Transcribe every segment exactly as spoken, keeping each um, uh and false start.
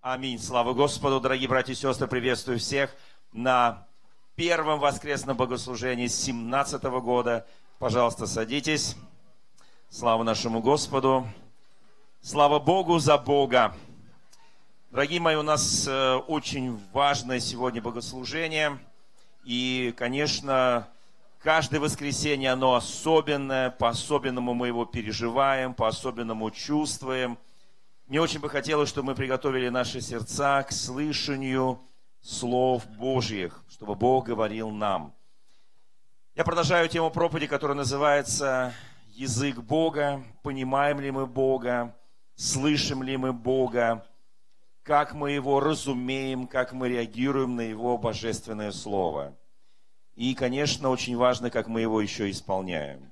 Аминь. Слава Господу, дорогие братья и сестры, приветствую всех на первом воскресном богослужении семнадцатого года. Пожалуйста, садитесь. Слава нашему Господу. Слава Богу за Бога. Дорогие мои, у нас э, очень важное сегодня богослужение. И, конечно, каждое воскресенье оно особенное, по-особенному мы его переживаем, по-особенному чувствуем. Мне очень бы хотелось, чтобы мы приготовили наши сердца к слышанию слов Божьих, чтобы Бог говорил нам. Я продолжаю тему проповеди, которая называется «Язык Бога». Понимаем ли мы Бога? Слышим ли мы Бога? Как мы Его разумеем? Как мы реагируем на Его божественное Слово? И, конечно, очень важно, как мы Его еще исполняем.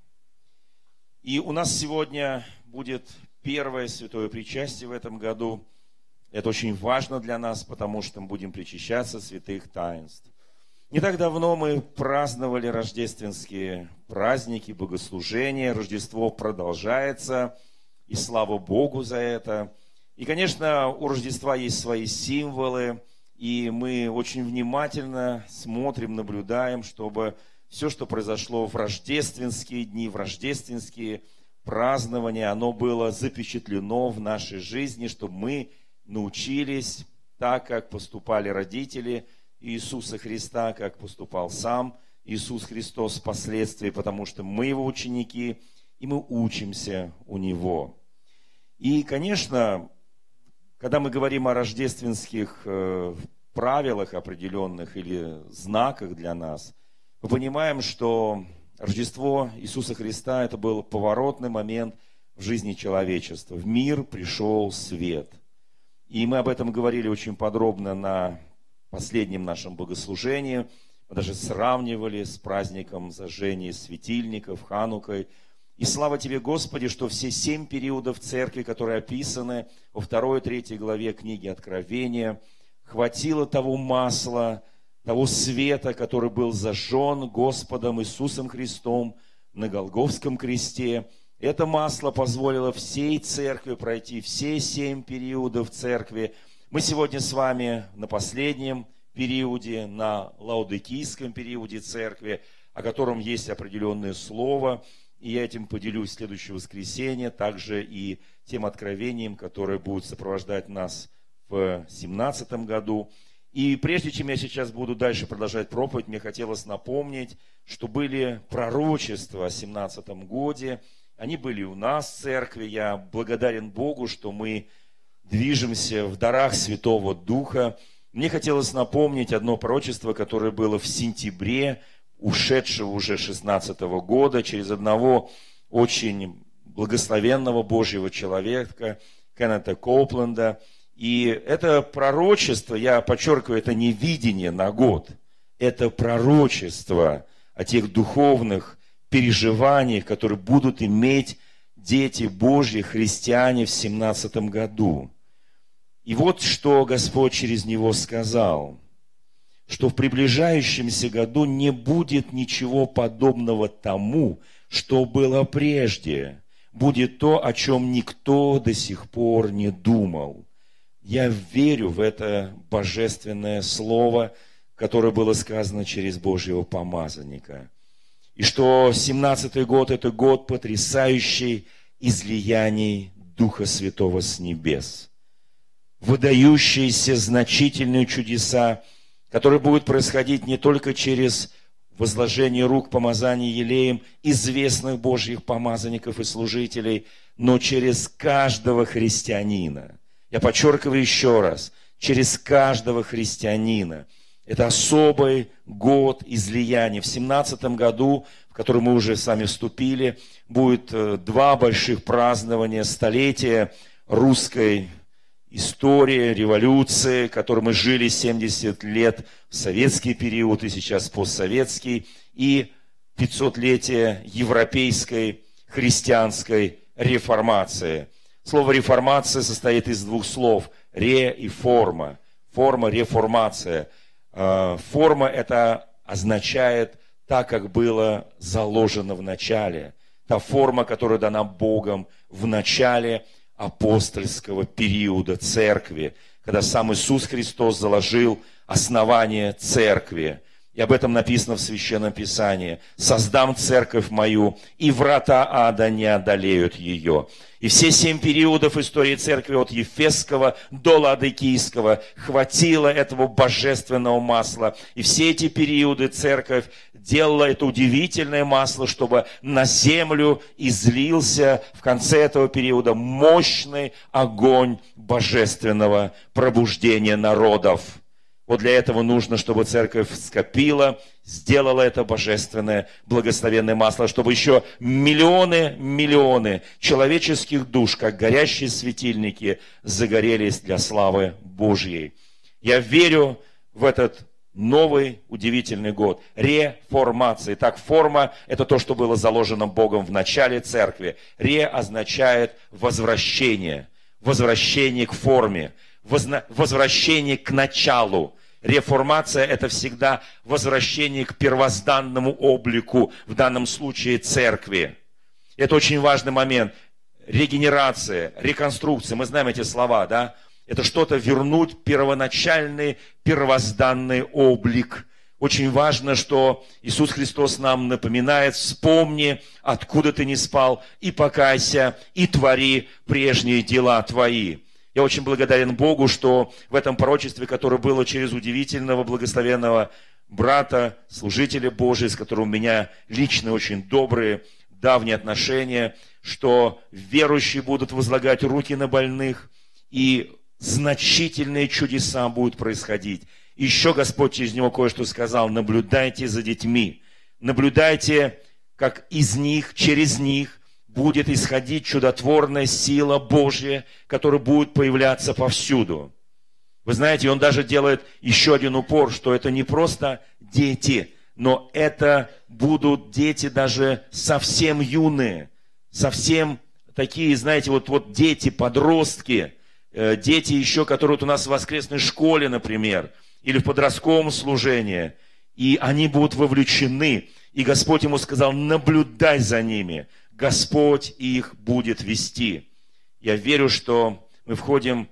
И у нас сегодня будет первое святое причастие в этом году. Это очень важно для нас, потому что мы будем причащаться святых таинств. Не так давно мы праздновали рождественские праздники, богослужения. Рождество продолжается, и слава Богу за это. И, конечно, у Рождества есть свои символы, и мы очень внимательно смотрим, наблюдаем, чтобы все, что произошло в рождественские дни, в рождественские празднования, оно было запечатлено в нашей жизни, чтобы мы научились так, как поступали родители Иисуса Христа, как поступал сам Иисус Христос впоследствии, потому что мы Его ученики, и мы учимся у Него. И, конечно, когда мы говорим о рождественских э, правилах определенных или знаках для нас, мы понимаем, что Рождество Иисуса Христа – это был поворотный момент в жизни человечества. В мир пришел свет. И мы об этом говорили очень подробно на последнем нашем богослужении. Мы даже сравнивали с праздником зажжения светильников, Ханукой. И слава Тебе, Господи, что все семь периодов церкви, которые описаны во второй и третьей главе книги Откровения, хватило того масла, того света, который был зажжен Господом Иисусом Христом на Голгофском кресте. Это масло позволило всей церкви пройти все семь периодов церкви. Мы сегодня с вами на последнем периоде, на лаодикийском периоде церкви, о котором есть определенное слово. И я этим поделюсь в следующее воскресенье, также и тем откровением, которое будет сопровождать нас в семнадцатом году. И прежде чем я сейчас буду дальше продолжать проповедь, мне хотелось напомнить, что были пророчества о семнадцатом годе. Они были у нас в церкви. Я благодарен Богу, что мы движемся в дарах Святого Духа. Мне хотелось напомнить одно пророчество, которое было в сентябре ушедшего уже шестнадцатого года через одного очень благословенного Божьего человека, Кеннета Коупленда. И это пророчество, я подчеркиваю, это не видение на год, это пророчество о тех духовных переживаниях, которые будут иметь дети Божьи, христиане в семнадцатом году. И вот что Господь через него сказал, что в приближающемся году не будет ничего подобного тому, что было прежде, будет то, о чем никто до сих пор не думал. Я верю в это божественное слово, которое было сказано через Божьего помазанника. И что семнадцатый год – это год потрясающий излияний Духа Святого с небес. Выдающиеся значительные чудеса, которые будут происходить не только через возложение рук, помазание елеем известных Божьих помазанников и служителей, но через каждого христианина. Я подчеркиваю еще раз, через каждого христианина. Это особый год излияния. В семнадцатом году, в который мы уже сами вступили, будет два больших празднования столетия русской истории, революции, которой мы жили семьдесят лет в советский период и сейчас постсоветский, и пятисотлетие европейской христианской реформации. Слово «реформация» состоит из двух слов «ре» и «форма». Форма – реформация. Форма – это означает так, как было заложено в начале. Та форма, которая дана Богом в начале апостольского периода церкви, когда сам Иисус Христос заложил основание церкви. И об этом написано в Священном Писании. «Создам церковь мою, и врата ада не одолеют ее». И все семь периодов истории церкви от Ефесского до Ладикийского хватило этого божественного масла. И все эти периоды церковь делала это удивительное масло, чтобы на землю излился в конце этого периода мощный огонь божественного пробуждения народов. Вот для этого нужно, чтобы церковь скопила, сделала это божественное, благословенное масло, чтобы еще миллионы, миллионы человеческих душ, как горящие светильники, загорелись для славы Божьей. Я верю в этот новый удивительный год реформации. Так, форма – это то, что было заложено Богом в начале церкви. Ре означает возвращение, возвращение к форме. Возвращение к началу. Реформация – это всегда возвращение к первозданному облику, в данном случае церкви. Это очень важный момент. Регенерация, реконструкция. Мы знаем эти слова, да? Это что-то вернуть первоначальный, первозданный облик. Очень важно, что Иисус Христос нам напоминает: вспомни, откуда ты не спал, и покайся, и твори прежние дела твои. Я очень благодарен Богу, что в этом пророчестве, которое было через удивительного, благословенного брата, служителя Божия, с которым у меня лично очень добрые, давние отношения, что верующие будут возлагать руки на больных, и значительные чудеса будут происходить. Еще Господь через него кое-что сказал: наблюдайте за детьми, наблюдайте, как из них, через них будет исходить чудотворная сила Божья, которая будет появляться повсюду. Вы знаете, он даже делает еще один упор, что это не просто дети, но это будут дети даже совсем юные, совсем такие, знаете, вот, вот дети, подростки, э, дети еще, которые вот у нас в воскресной школе, например, или в подростковом служении, и они будут вовлечены. И Господь ему сказал: наблюдай за ними. Господь их будет вести. Я верю, что мы входим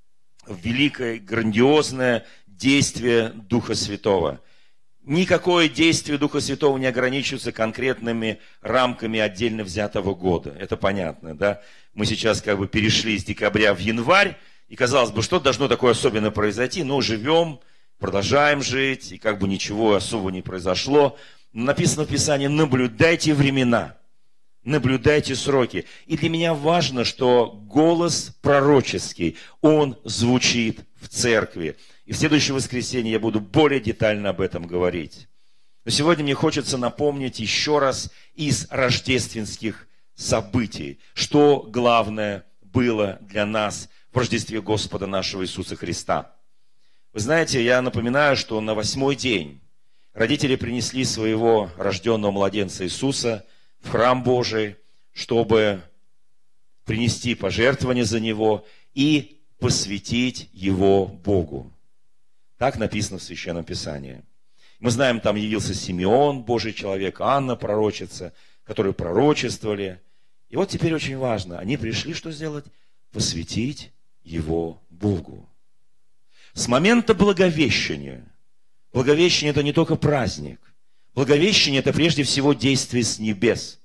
в великое, грандиозное действие Духа Святого. Никакое действие Духа Святого не ограничивается конкретными рамками отдельно взятого года. Это понятно, да? Мы сейчас как бы перешли из декабря в январь, и казалось бы, что должно такое особенное произойти? Ну, живем, продолжаем жить, и как бы ничего особого не произошло. Но написано в Писании: наблюдайте времена. Наблюдайте сроки. И для меня важно, что голос пророческий, он звучит в церкви. И в следующее воскресенье я буду более детально об этом говорить. Но сегодня мне хочется напомнить еще раз из рождественских событий, что главное было для нас в Рождестве Господа нашего Иисуса Христа. Вы знаете, я напоминаю, что на восьмой день родители принесли своего рожденного младенца Иисуса в храм Божий, чтобы принести пожертвование за него и посвятить его Богу. Так написано в Священном Писании. Мы знаем, там явился Симеон, Божий человек, Анна, пророчица, которые пророчествовали. И вот теперь очень важно, они пришли что сделать? Посвятить его Богу. С момента Благовещения. Благовещение – это не только праздник. Благовещение – это прежде всего действие с небес.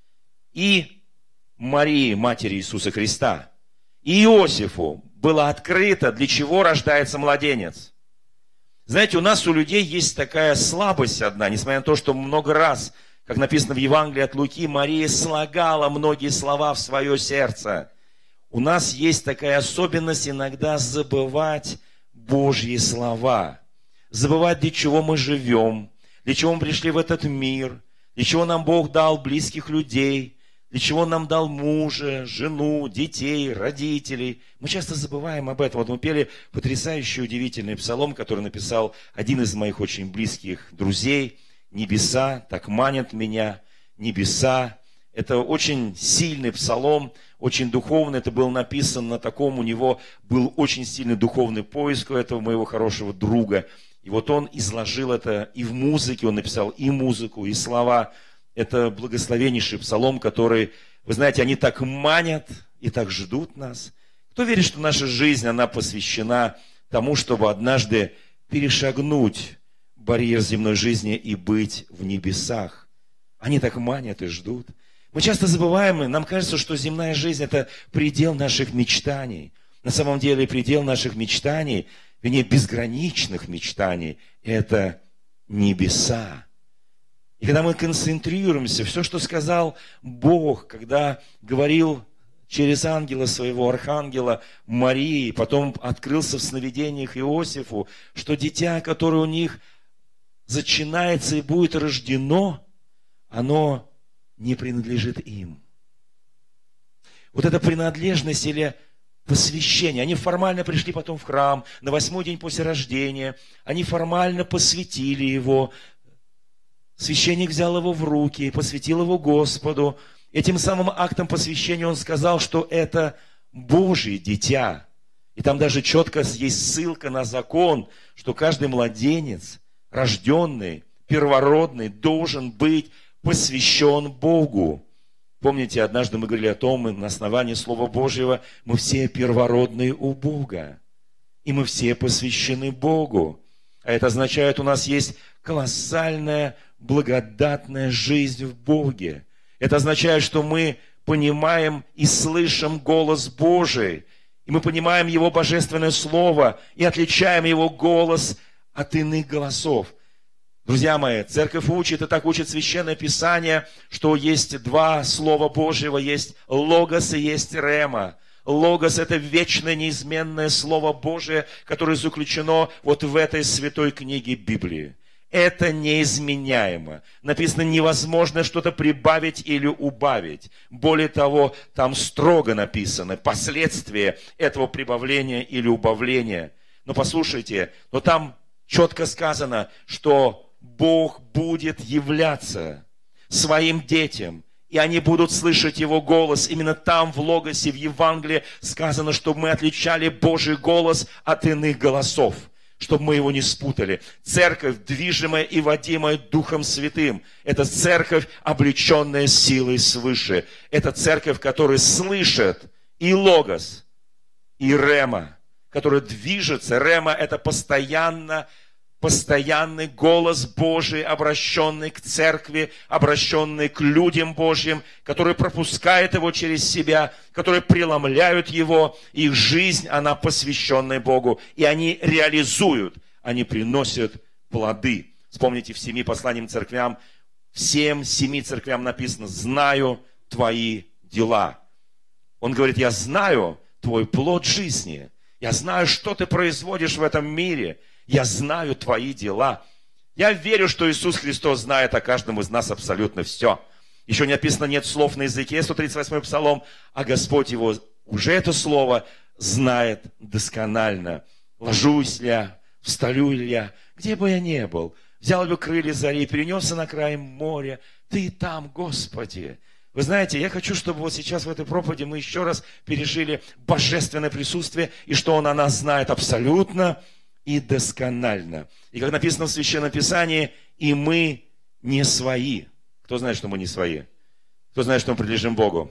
И Марии, матери Иисуса Христа, и Иосифу было открыто, для чего рождается младенец. Знаете, у нас, у людей есть такая слабость одна, несмотря на то, что много раз, как написано в Евангелии от Луки, Мария слагала многие слова в свое сердце. У нас есть такая особенность иногда забывать Божьи слова, забывать, для чего мы живем, для чего мы пришли в этот мир, для чего нам Бог дал близких людей, для чего Он нам дал мужа, жену, детей, родителей. Мы часто забываем об этом. Вот мы пели потрясающий, удивительный псалом, который написал один из моих очень близких друзей. «Небеса так манят меня, небеса». Это очень сильный псалом, очень духовный. Это было написано на таком, у него был очень сильный духовный поиск у этого моего хорошего друга. И вот он изложил это и в музыке, он написал и музыку, и слова. Это благословеннейший псалом, который, вы знаете, они так манят и так ждут нас. Кто верит, что наша жизнь, она посвящена тому, чтобы однажды перешагнуть барьер земной жизни и быть в небесах? Они так манят и ждут. Мы часто забываем, и нам кажется, что земная жизнь – это предел наших мечтаний. На самом деле предел наших мечтаний, вернее, безграничных мечтаний – это небеса. И когда мы концентрируемся, все, что сказал Бог, когда говорил через ангела своего, архангела Марии, потом открылся в сновидениях Иосифу, что дитя, которое у них зачинается и будет рождено, оно не принадлежит им. Вот эта принадлежность или посвящение. Они формально пришли потом в храм на восьмой день после рождения. Они формально посвятили его. Священник взял его в руки и посвятил его Господу. Этим самым актом посвящения он сказал, что это Божье дитя. И там даже четко есть ссылка на закон, что каждый младенец, рожденный, первородный, должен быть посвящен Богу. Помните, однажды мы говорили о том, и на основании Слова Божьего, мы все первородные у Бога. И мы все посвящены Богу. А это означает, у нас есть колоссальная, благодатная жизнь в Боге. Это означает, что мы понимаем и слышим голос Божий. И мы понимаем Его божественное Слово и отличаем Его голос от иных голосов. Друзья мои, церковь учит, и так учит Священное Писание, что есть два Слова Божьего, есть Логос и есть Рема. Логос – это вечное, неизменное Слово Божие, которое заключено вот в этой святой книге Библии. Это неизменяемо. Написано, невозможно что-то прибавить или убавить. Более того, там строго написано последствия этого прибавления или убавления. Но послушайте, но там четко сказано, что Бог будет являться своим детям, и они будут слышать Его голос. Именно там, в Логосе, в Евангелии сказано, чтобы мы отличали Божий голос от иных голосов, чтобы мы его не спутали. Церковь, движимая и водимая Духом Святым, это церковь, облеченная силой свыше. Это церковь, которая слышит и Логос, и Рема, которая движется. Рема – это постоянно Постоянный голос Божий, обращенный к церкви, обращенный к людям Божьим, которые пропускают его через себя, которые преломляют его. Их жизнь, она посвященная Богу. И они реализуют, они приносят плоды. Вспомните, в семи посланиям церквям, всем семи церквям написано: «Знаю твои дела». Он говорит: я знаю твой плод жизни. Я знаю, что ты производишь в этом мире. Я знаю твои дела. Я верю, что Иисус Христос знает о каждом из нас абсолютно все. Еще не написано, нет слов на языке, сто тридцать восьмой Псалом, а Господь его уже это слово знает досконально. Ложусь ли я, встаю ли я, где бы я ни был, взял бы крылья зари, перенесся на край моря, ты там, Господи. Вы знаете, я хочу, чтобы вот сейчас в этой проповеди мы еще раз пережили божественное присутствие, и что Он о нас знает абсолютно и досконально. И как написано в Священном Писании, и мы не свои. Кто знает, что мы не свои? Кто знает, что мы принадлежим Богу?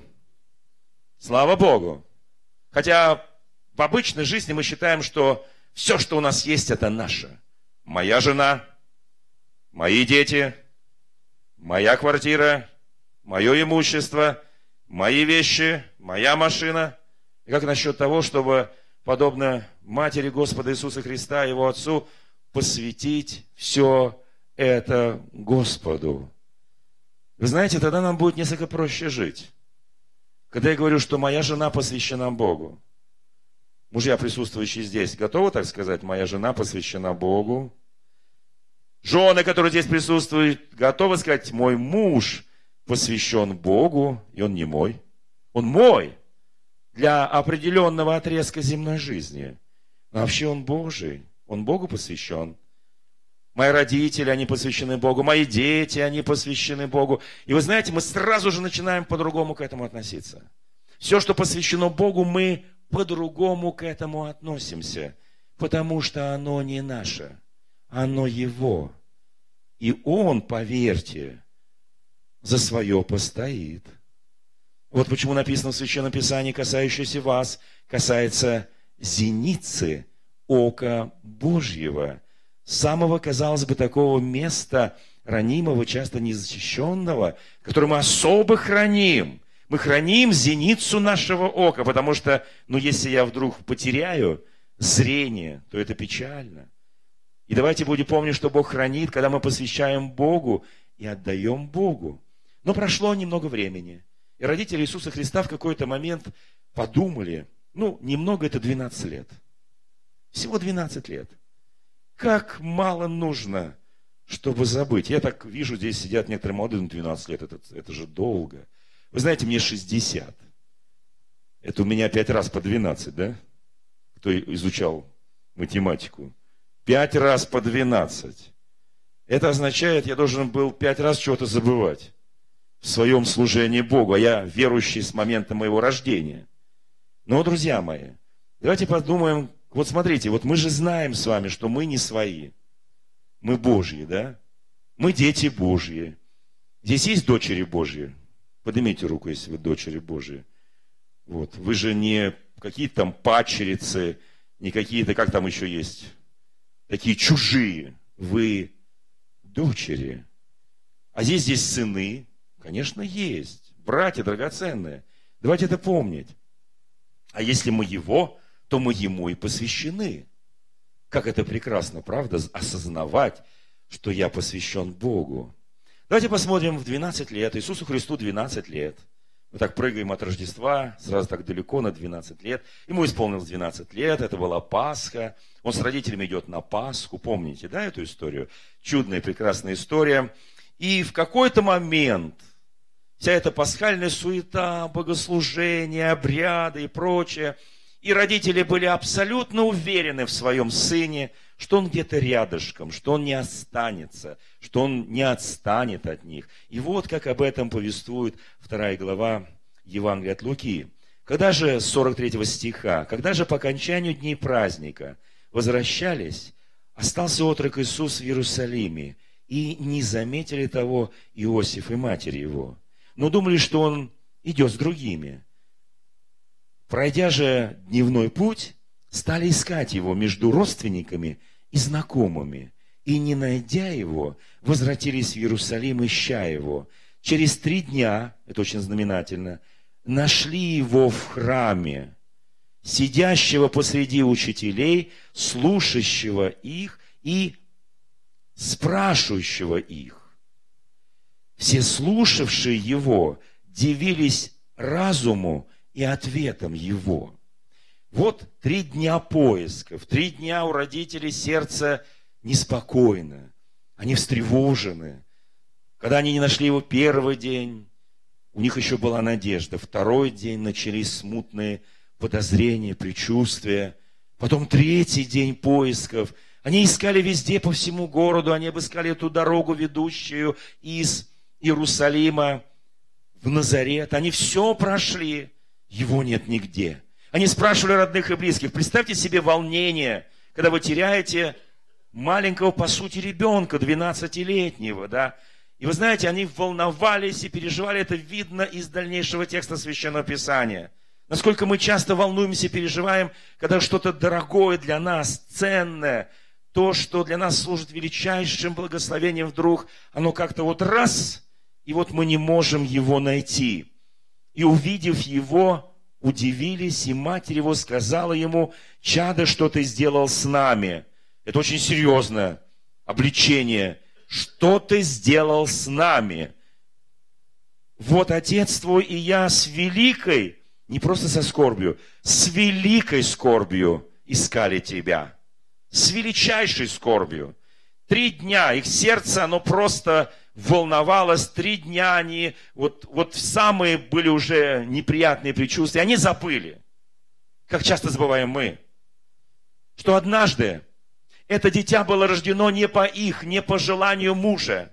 Слава Богу! Хотя в обычной жизни мы считаем, что все, что у нас есть, это наше. Моя жена, мои дети, моя квартира, мое имущество, мои вещи, моя машина. И как насчет того, чтобы, подобно Матери Господа Иисуса Христа, Его Отцу, посвятить все это Господу? Вы знаете, тогда нам будет несколько проще жить. Когда я говорю, что моя жена посвящена Богу. Мужья, присутствующие здесь, готовы так сказать? Моя жена посвящена Богу. Жены, которые здесь присутствуют, готовы сказать: мой муж посвящен Богу, и он не мой. Он мой для определенного отрезка земной жизни. Но вообще он Божий, он Богу посвящен. Мои родители, они посвящены Богу. Мои дети, они посвящены Богу. И вы знаете, мы сразу же начинаем по-другому к этому относиться. Все, что посвящено Богу, мы по-другому к этому относимся. Потому что оно не наше, оно Его. И Он, поверьте, за свое постоит. Вот почему написано в Священном Писании, касающееся вас, касается зеницы ока Божьего, самого, казалось бы, такого места ранимого, часто незащищенного, которое мы особо храним. Мы храним зеницу нашего ока, потому что, ну, если я вдруг потеряю зрение, то это печально. И давайте будем помнить, что Бог хранит, когда мы посвящаем Богу и отдаем Богу. Но прошло немного времени, и родители Иисуса Христа в какой-то момент подумали, ну, немного это двенадцать лет. Всего двенадцать лет. Как мало нужно, чтобы забыть. Я так вижу, здесь сидят некоторые молодые, двенадцать лет, это, это же долго. Вы знаете, мне шестьдесят. Это у меня пять раз по двенадцать, да? Кто изучал математику. Пять раз по двенадцать. Это означает, я должен был пять раз чего-то забывать в своем служении Богу, а я верующий с момента моего рождения. Но, друзья мои, давайте подумаем, вот смотрите, вот мы же знаем с вами, что мы не свои. Мы Божьи, да? Мы дети Божьи. Здесь есть дочери Божьи? Поднимите руку, если вы дочери Божьи. Вот. Вы же не какие-то там падчерицы, не какие-то, как там еще есть, такие чужие. Вы дочери. А здесь здесь сыны. Конечно, есть. Братья драгоценные. Давайте это помнить. А если мы Его, то мы Ему и посвящены. Как это прекрасно, правда, осознавать, что я посвящен Богу. Давайте посмотрим в двенадцать лет. Иисусу Христу двенадцать лет. Мы так прыгаем от Рождества, сразу так далеко, на двенадцать лет. Ему исполнилось двенадцать лет, это была Пасха. Он с родителями идет на Пасху. Помните, да, эту историю? Чудная, прекрасная история. И в какой-то момент вся эта пасхальная суета, богослужения, обряды и прочее, и родители были абсолютно уверены в своем сыне, что он где-то рядышком, что он не останется, что он не отстанет от них. И вот как об этом повествует вторая глава Евангелия от Луки. Когда же, с сорок третьего стиха, когда же по окончанию дней праздника возвращались, остался отрок Иисус в Иерусалиме, и не заметили того Иосиф и матери его, но думали, что он идет с другими. Пройдя же дневной путь, стали искать его между родственниками и знакомыми, и, не найдя его, возвратились в Иерусалим, ища его. Через три дня, это очень знаменательно, нашли его в храме, сидящего посреди учителей, слушающего их и спрашивающего их. Все слушавшие его дивились разуму и ответом его. Вот три дня поисков, три дня у родителей сердце неспокойно, они встревожены. Когда они не нашли его первый день, у них еще была надежда. Второй день начались смутные подозрения, предчувствия. Потом третий день поисков. Они искали везде, по всему городу, они обыскали эту дорогу, ведущую из Иерусалима в Назарет. Они все прошли, его нет нигде. Они спрашивали родных и близких. Представьте себе волнение, когда вы теряете маленького, по сути, ребенка, двенадцатилетнего, да. И вы знаете, они волновались и переживали, это видно из дальнейшего текста Священного Писания. Насколько мы часто волнуемся и переживаем, когда что-то дорогое для нас, ценное, то, что для нас служит величайшим благословением, вдруг оно как-то вот раз, и вот мы не можем его найти. И увидев его, удивились, и матерь его сказала ему: «Чадо, что ты сделал с нами?» Это очень серьезное обличение. Что ты сделал с нами? Вот отец твой и я с великой, не просто со скорбью, с великой скорбью искали тебя. С величайшей скорбью. Три дня их сердце, оно просто волновалось. Три дня они, вот, вот самые были уже неприятные предчувствия. Они забыли, как часто забываем мы, что однажды это дитя было рождено не по их, не по желанию мужа.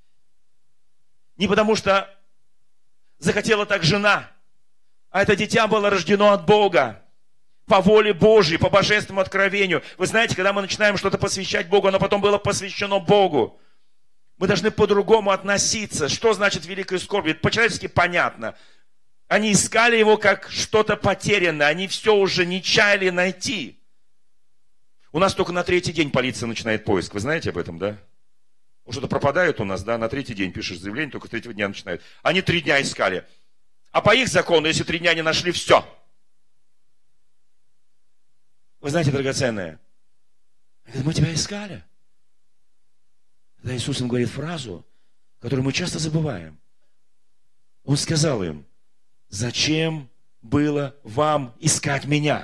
Не потому что захотела так жена, а это дитя было рождено от Бога. По воле Божьей, по божественному откровению. Вы знаете, когда мы начинаем что-то посвящать Богу, оно потом было посвящено Богу. Мы должны по-другому относиться. Что значит великая скорбь? Это по-человечески понятно. Они искали его как что-то потерянное. Они все уже не чаяли найти. У нас только на третий день полиция начинает поиск. Вы знаете об этом, да? Что-то пропадает у нас, да? На третий день пишешь заявление, только с третьего дня начинают. Они три дня искали. А по их закону, если три дня не нашли, все. Вы знаете, драгоценное, мы тебя искали. Тогда Иисус им говорит фразу, которую мы часто забываем. Он сказал им: зачем было вам искать меня?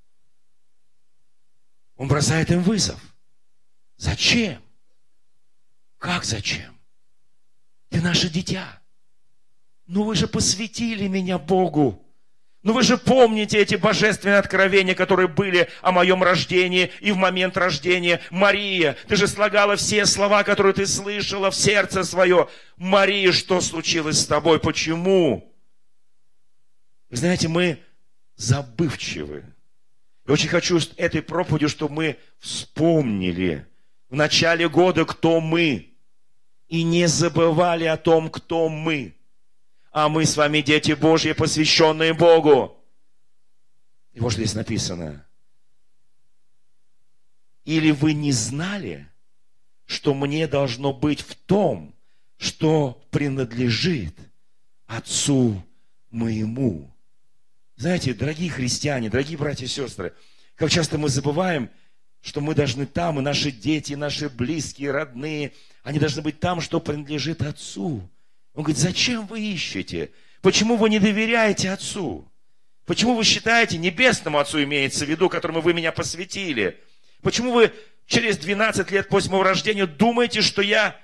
Он бросает им вызов. Зачем? Как зачем? Ты наше дитя. Ну вы же посвятили меня Богу. Ну вы же помните эти божественные откровения, которые были о моем рождении и в момент рождения. Мария, ты же слагала все слова, которые ты слышала в сердце свое. Мария, что случилось с тобой? Почему? Вы знаете, мы забывчивы. Я очень хочу этой проповедью, чтобы мы вспомнили в начале года, кто мы. И не забывали о том, кто мы. А мы с вами дети Божьи, посвященные Богу. И вот что здесь написано. Или вы не знали, что мне должно быть в том, что принадлежит Отцу моему. Знаете, дорогие христиане, дорогие братья и сестры, как часто мы забываем, что мы должны там, и наши дети, и наши близкие, родные, они должны быть там, что принадлежит Отцу. Он говорит: зачем вы ищете? Почему вы не доверяете Отцу? Почему вы считаете, Небесному Отцу имеется в виду, которому вы меня посвятили? Почему вы через двенадцать лет после моего рождения думаете, что я,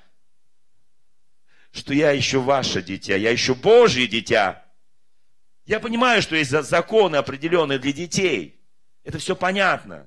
что я еще ваше дитя, я еще Божье дитя? Я понимаю, что есть законы определенные для детей. Это все понятно.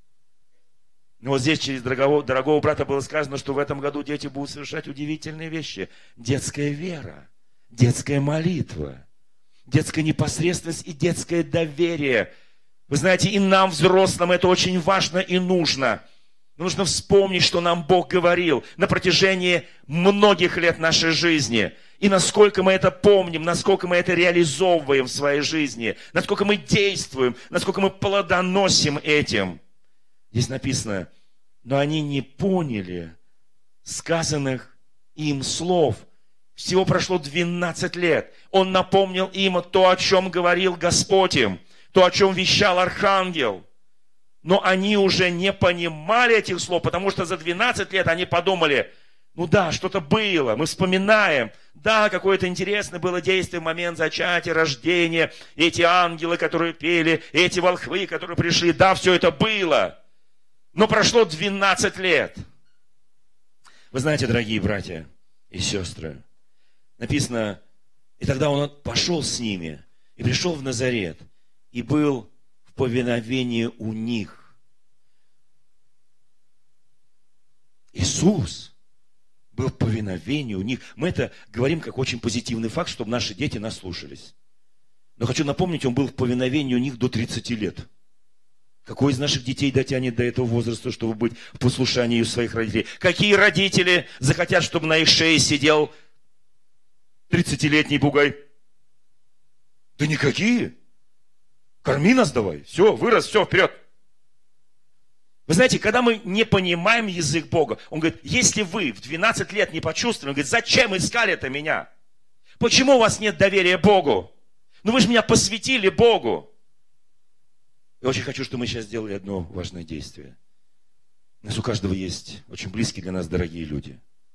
Но вот здесь через дорогого, дорогого брата было сказано, что в этом году дети будут совершать удивительные вещи. Детская вера, детская молитва, детская непосредственность и детское доверие. Вы знаете, и нам, взрослым, это очень важно и нужно. Нужно вспомнить, что нам Бог говорил на протяжении многих лет нашей жизни. И насколько мы это помним, насколько мы это реализовываем в своей жизни, насколько мы действуем, насколько мы плодоносим этим. Здесь написано: но они не поняли сказанных им слов. Всего прошло двенадцать лет. Он напомнил им то, о чем говорил Господь им, то, о чем вещал архангел. Но они уже не понимали этих слов, потому что за двенадцать лет они подумали: ну да, что-то было, мы вспоминаем. Да, какое-то интересное было действие в момент зачатия, рождения. Эти ангелы, которые пели, эти волхвы, которые пришли. Да, все это было. Но прошло двенадцать лет. Вы знаете, дорогие братья и сестры, написано: и тогда он пошел с ними, и пришел в Назарет, и был в повиновении у них. Иисус был в повиновении у них. Мы это говорим как очень позитивный факт, чтобы наши дети нас слушались. Но хочу напомнить, он был в повиновении у них до тридцати лет. Какой из наших детей дотянет до этого возраста, чтобы быть в послушании у своих родителей? Какие родители захотят, чтобы на их шее сидел тридцатилетний бугай? Да никакие. Корми нас давай. Все, вырос, все, вперед. Вы знаете, когда мы не понимаем язык Бога, Он говорит: если вы в двенадцать лет не почувствовали, Он говорит: зачем искали это меня? Почему у вас нет доверия Богу? Ну вы же меня посвятили Богу. Я очень хочу, чтобы мы сейчас сделали одно важное действие. У нас у каждого есть очень близкие для нас дорогие люди.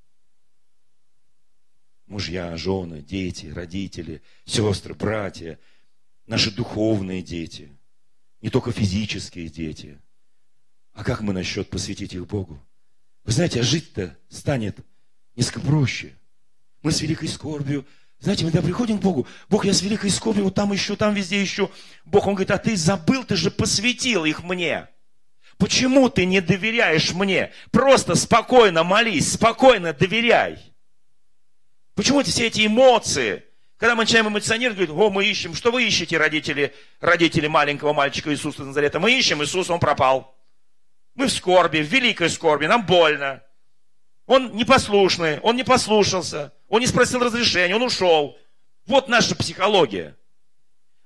Мужья, жены, дети, родители, сестры, братья, наши духовные дети. Не только физические дети. А как мы насчет посвятить их Богу? Вы знаете, а жить-то станет несколько проще. Мы с великой скорбью. Знаете, мы когда приходим к Богу: Бог, я с великой скорбью, вот там ищу, там везде ищу. Бог, Он говорит: а ты забыл, ты же посвятил их мне. Почему ты не доверяешь мне? Просто спокойно молись, спокойно доверяй. Почему все эти эмоции? Когда мы начинаем эмоционировать, говорим: о, мы ищем. Что вы ищете, родители, родители маленького мальчика Иисуса из Назарета? Мы ищем Иисуса, Он пропал. Мы в скорби, в великой скорби, нам больно. Он непослушный, он не послушался, он не спросил разрешения, он ушел. Вот наша психология.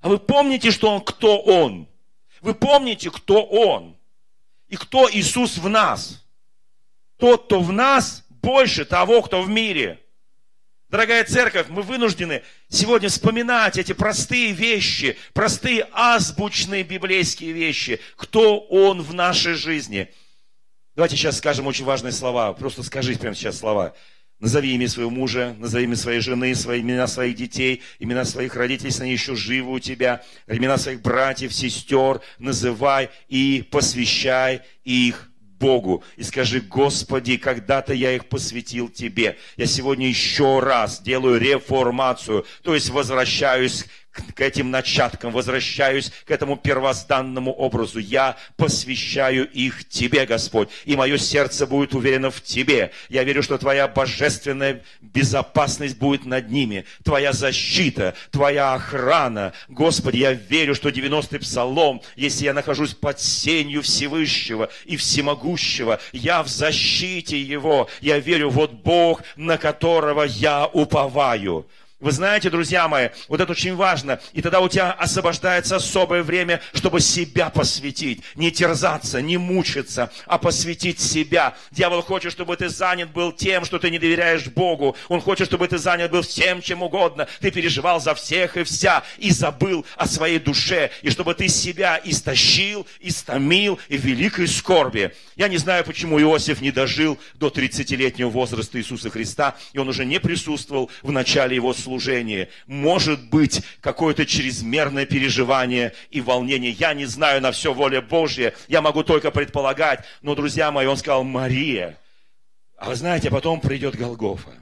А вы помните, что он, кто он? Вы помните, кто он? И кто Иисус в нас? Тот, кто в нас, больше того, кто в мире. Дорогая церковь, мы вынуждены сегодня вспоминать эти простые вещи, простые азбучные библейские вещи. Кто Он в нашей жизни? Давайте сейчас скажем очень важные слова. Просто скажите прямо сейчас слова. Назови имя своего мужа, назови имя своей жены, свои, имена своих детей, имена своих родителей, если они еще живы у тебя, имена своих братьев, сестер. Называй и посвящай их Богу. И скажи: Господи, когда-то я их посвятил Тебе. Я сегодня еще раз делаю реформацию, то есть возвращаюсь к этим начаткам, возвращаюсь к этому первозданному образу. Я посвящаю их Тебе, Господь, и мое сердце будет уверено в Тебе. Я верю, что Твоя божественная безопасность будет над ними, Твоя защита, Твоя охрана. Господи, я верю, что девяностый псалом, если я нахожусь под сенью Всевышнего и Всемогущего, я в защите Его. Я верю, вот Бог, на которого я уповаю. Вы знаете, друзья мои, вот это очень важно. И тогда у тебя освобождается особое время, чтобы себя посвятить. Не терзаться, не мучиться, а посвятить себя. Дьявол хочет, чтобы ты занят был тем, что ты не доверяешь Богу. Он хочет, чтобы ты занят был всем, чем угодно. Ты переживал за всех и вся, и забыл о своей душе. И чтобы ты себя истощил, истомил и в великой скорби. Я не знаю, почему Иосиф не дожил до тридцатилетнего возраста Иисуса Христа, и он уже не присутствовал в начале его служения. Служение. Может быть, какое-то чрезмерное переживание и волнение. Я не знаю, на все воля Божья. Я могу только предполагать. Но, друзья мои, он сказал: Мария. А вы знаете, потом придет Голгофа.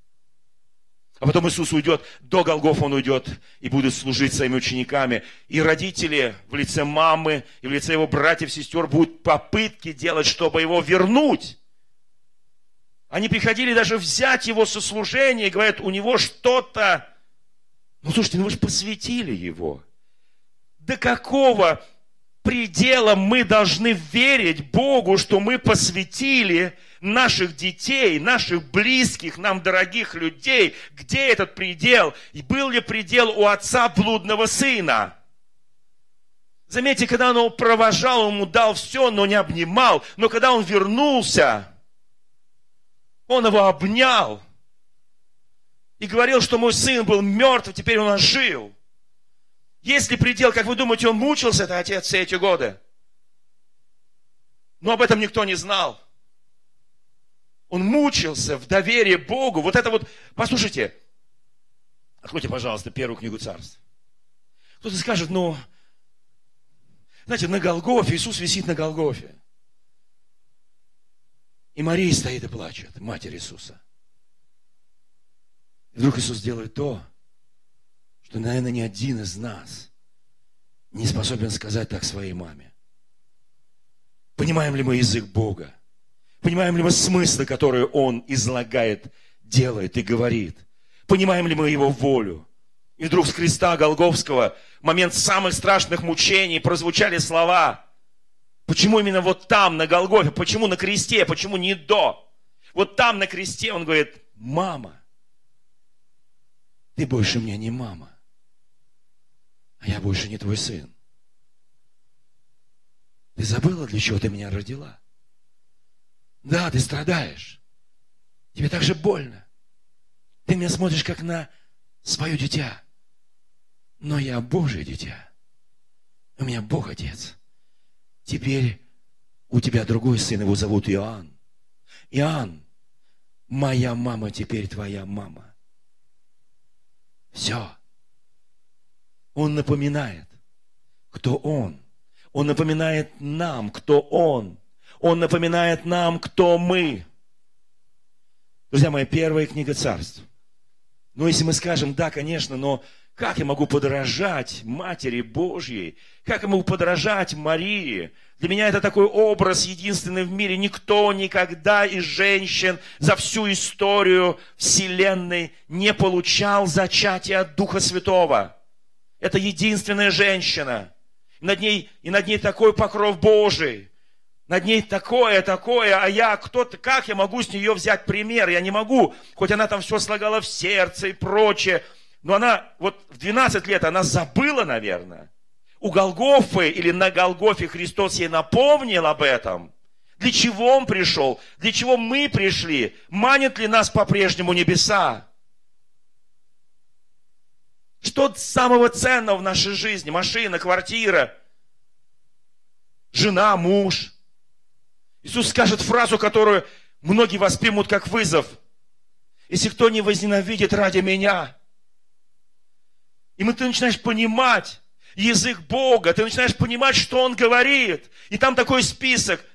А потом Иисус уйдет, до Голгофа Он уйдет и будет служить своими учениками. И родители в лице мамы и в лице его братьев, сестер будут попытки делать, чтобы его вернуть. Они приходили даже взять его со служения и говорят: у него что-то... Ну, слушайте, ну вы же посвятили его. До какого предела мы должны верить Богу, что мы посвятили наших детей, наших близких, нам дорогих людей? Где этот предел? И был ли предел у отца блудного сына? Заметьте, когда он его провожал, он ему дал все, но не обнимал. Но когда он вернулся, он его обнял и говорил, что мой сын был мертв, теперь он ожил. Есть ли предел, как вы думаете, он мучился, это отец, все эти годы? Но об этом никто не знал. Он мучился в доверии Богу. Вот это вот, послушайте, откройте, пожалуйста, первую книгу Царств. Кто-то скажет: ну, знаете, на Голгофе, Иисус висит на Голгофе. И Мария стоит и плачет, Матерь Иисуса. И вдруг Иисус делает то, что, наверное, ни один из нас не способен сказать так своей маме. Понимаем ли мы язык Бога? Понимаем ли мы смыслы, которые Он излагает, делает и говорит? Понимаем ли мы Его волю? И вдруг с креста Голгофского, в момент самых страшных мучений, прозвучали слова: почему именно вот там, на Голгофе? Почему на кресте? Почему не до? Вот там, на кресте, он говорит: мама, ты больше мне не мама, а я больше не твой сын. Ты забыла, для чего ты меня родила? Да, ты страдаешь. Тебе так же больно. Ты меня смотришь, как на свое дитя. Но я Божье дитя. У меня Бог Отец. Теперь у тебя другой сын, его зовут Иоанн. Иоанн, моя мама теперь твоя мама. Все. Он напоминает, кто Он. Он напоминает нам, кто Он. Он напоминает нам, кто мы. Друзья мои, первая книга Царств. Ну, если мы скажем: да, конечно, но как я могу подражать Матери Божьей? Как я могу подражать Марии? Для меня это такой образ единственный в мире. Никто никогда из женщин за всю историю Вселенной не получал зачатия от Духа Святого. Это единственная женщина. И над ней, и над ней такой покров Божий. Над ней такое, такое, а я кто-то, как я могу с нее взять пример? Я не могу, хоть она там все слагала в сердце и прочее. Но она вот в двенадцать лет она забыла, наверное. У Голгофы или на Голгофе Христос ей напомнил об этом. Для чего Он пришел? Для чего мы пришли? Манят ли нас по-прежнему небеса? Что самого ценного в нашей жизни? Машина, квартира, жена, муж. Иисус скажет фразу, которую многие воспримут как вызов. Если кто не возненавидит ради меня. И мы, ты начинаешь понимать язык Бога, ты начинаешь понимать, что Он говорит. И там такой список.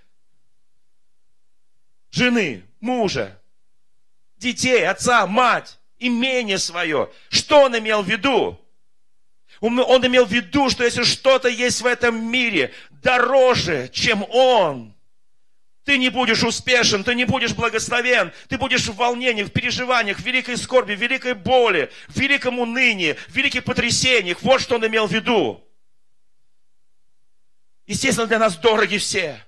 Жены, мужа, детей, отца, мать, имение свое. Что Он имел в виду? Он, он имел в виду, что если что-то есть в этом мире дороже, чем Он, ты не будешь успешен, ты не будешь благословен, ты будешь в волнениях, в переживаниях, в великой скорби, в великой боли, в великом унынии, в великих потрясениях. Вот что Он имел в виду. Естественно, для нас дороги все.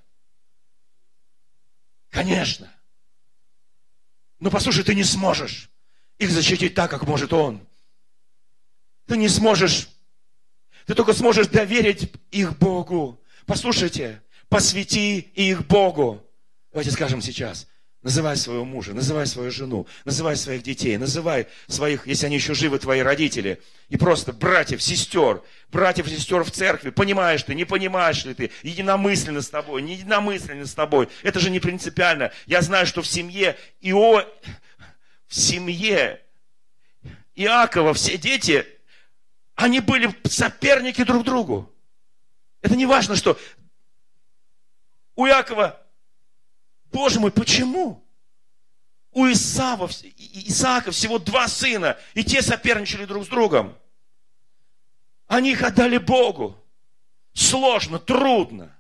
Конечно. Но послушай, ты не сможешь их защитить так, как может Он. Ты не сможешь. Ты только сможешь доверить их Богу. Послушайте, посвяти их Богу. Давайте скажем сейчас. Называй своего мужа, называй свою жену, называй своих детей, называй своих, если они еще живы, твои родители. И просто братьев, сестер, братьев и сестер в церкви. Понимаешь ты, не понимаешь ли ты, единомысленно с тобой, не единомысленно с тобой. Это же не принципиально. Я знаю, что в семье Ио... в семье Иакова все дети, они были соперники друг другу. Это не важно, что у Иакова, Боже мой, почему? У Исава, Исаака всего два сына, и те соперничали друг с другом. Они их отдали Богу. Сложно, трудно.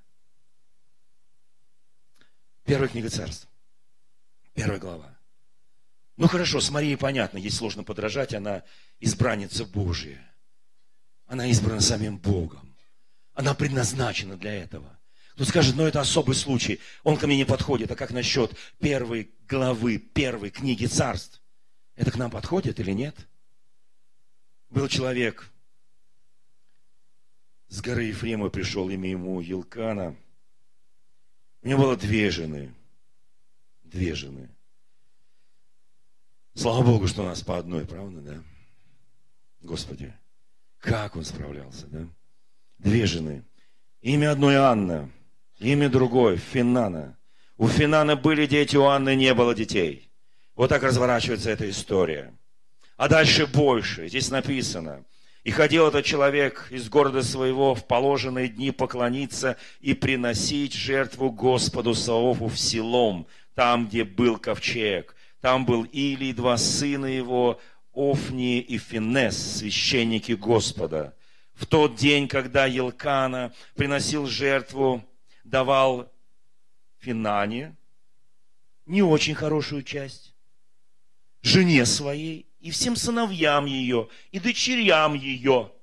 Первая книга Царств. Первая глава. Ну хорошо, с Марией понятно, ей сложно подражать, она избранница Божья. Она избрана самим Богом. Она предназначена для этого. Кто скажет, ну это особый случай, он ко мне не подходит. А как насчет первой главы, первой книги Царств? Это к нам подходит или нет? Был человек, с горы Ефремова пришел, имя ему Елкана. У него было две жены. Две жены. Слава Богу, что у нас по одной, правда, да? Господи, как он справлялся, да? Две жены. Имя одной Анна, имя другой Финана. У Финана были дети, у Анны не было детей. Вот так разворачивается эта история. А дальше больше. Здесь написано. И ходил этот человек из города своего в положенные дни поклониться и приносить жертву Господу Саваофу в Силом, там, где был ковчег. Там был Илий, два сына его, Офни и Финес, священники Господа. В тот день, когда Елкана приносил жертву, давал Финане не очень хорошую часть, жене своей и всем сыновьям ее, и дочерям ее.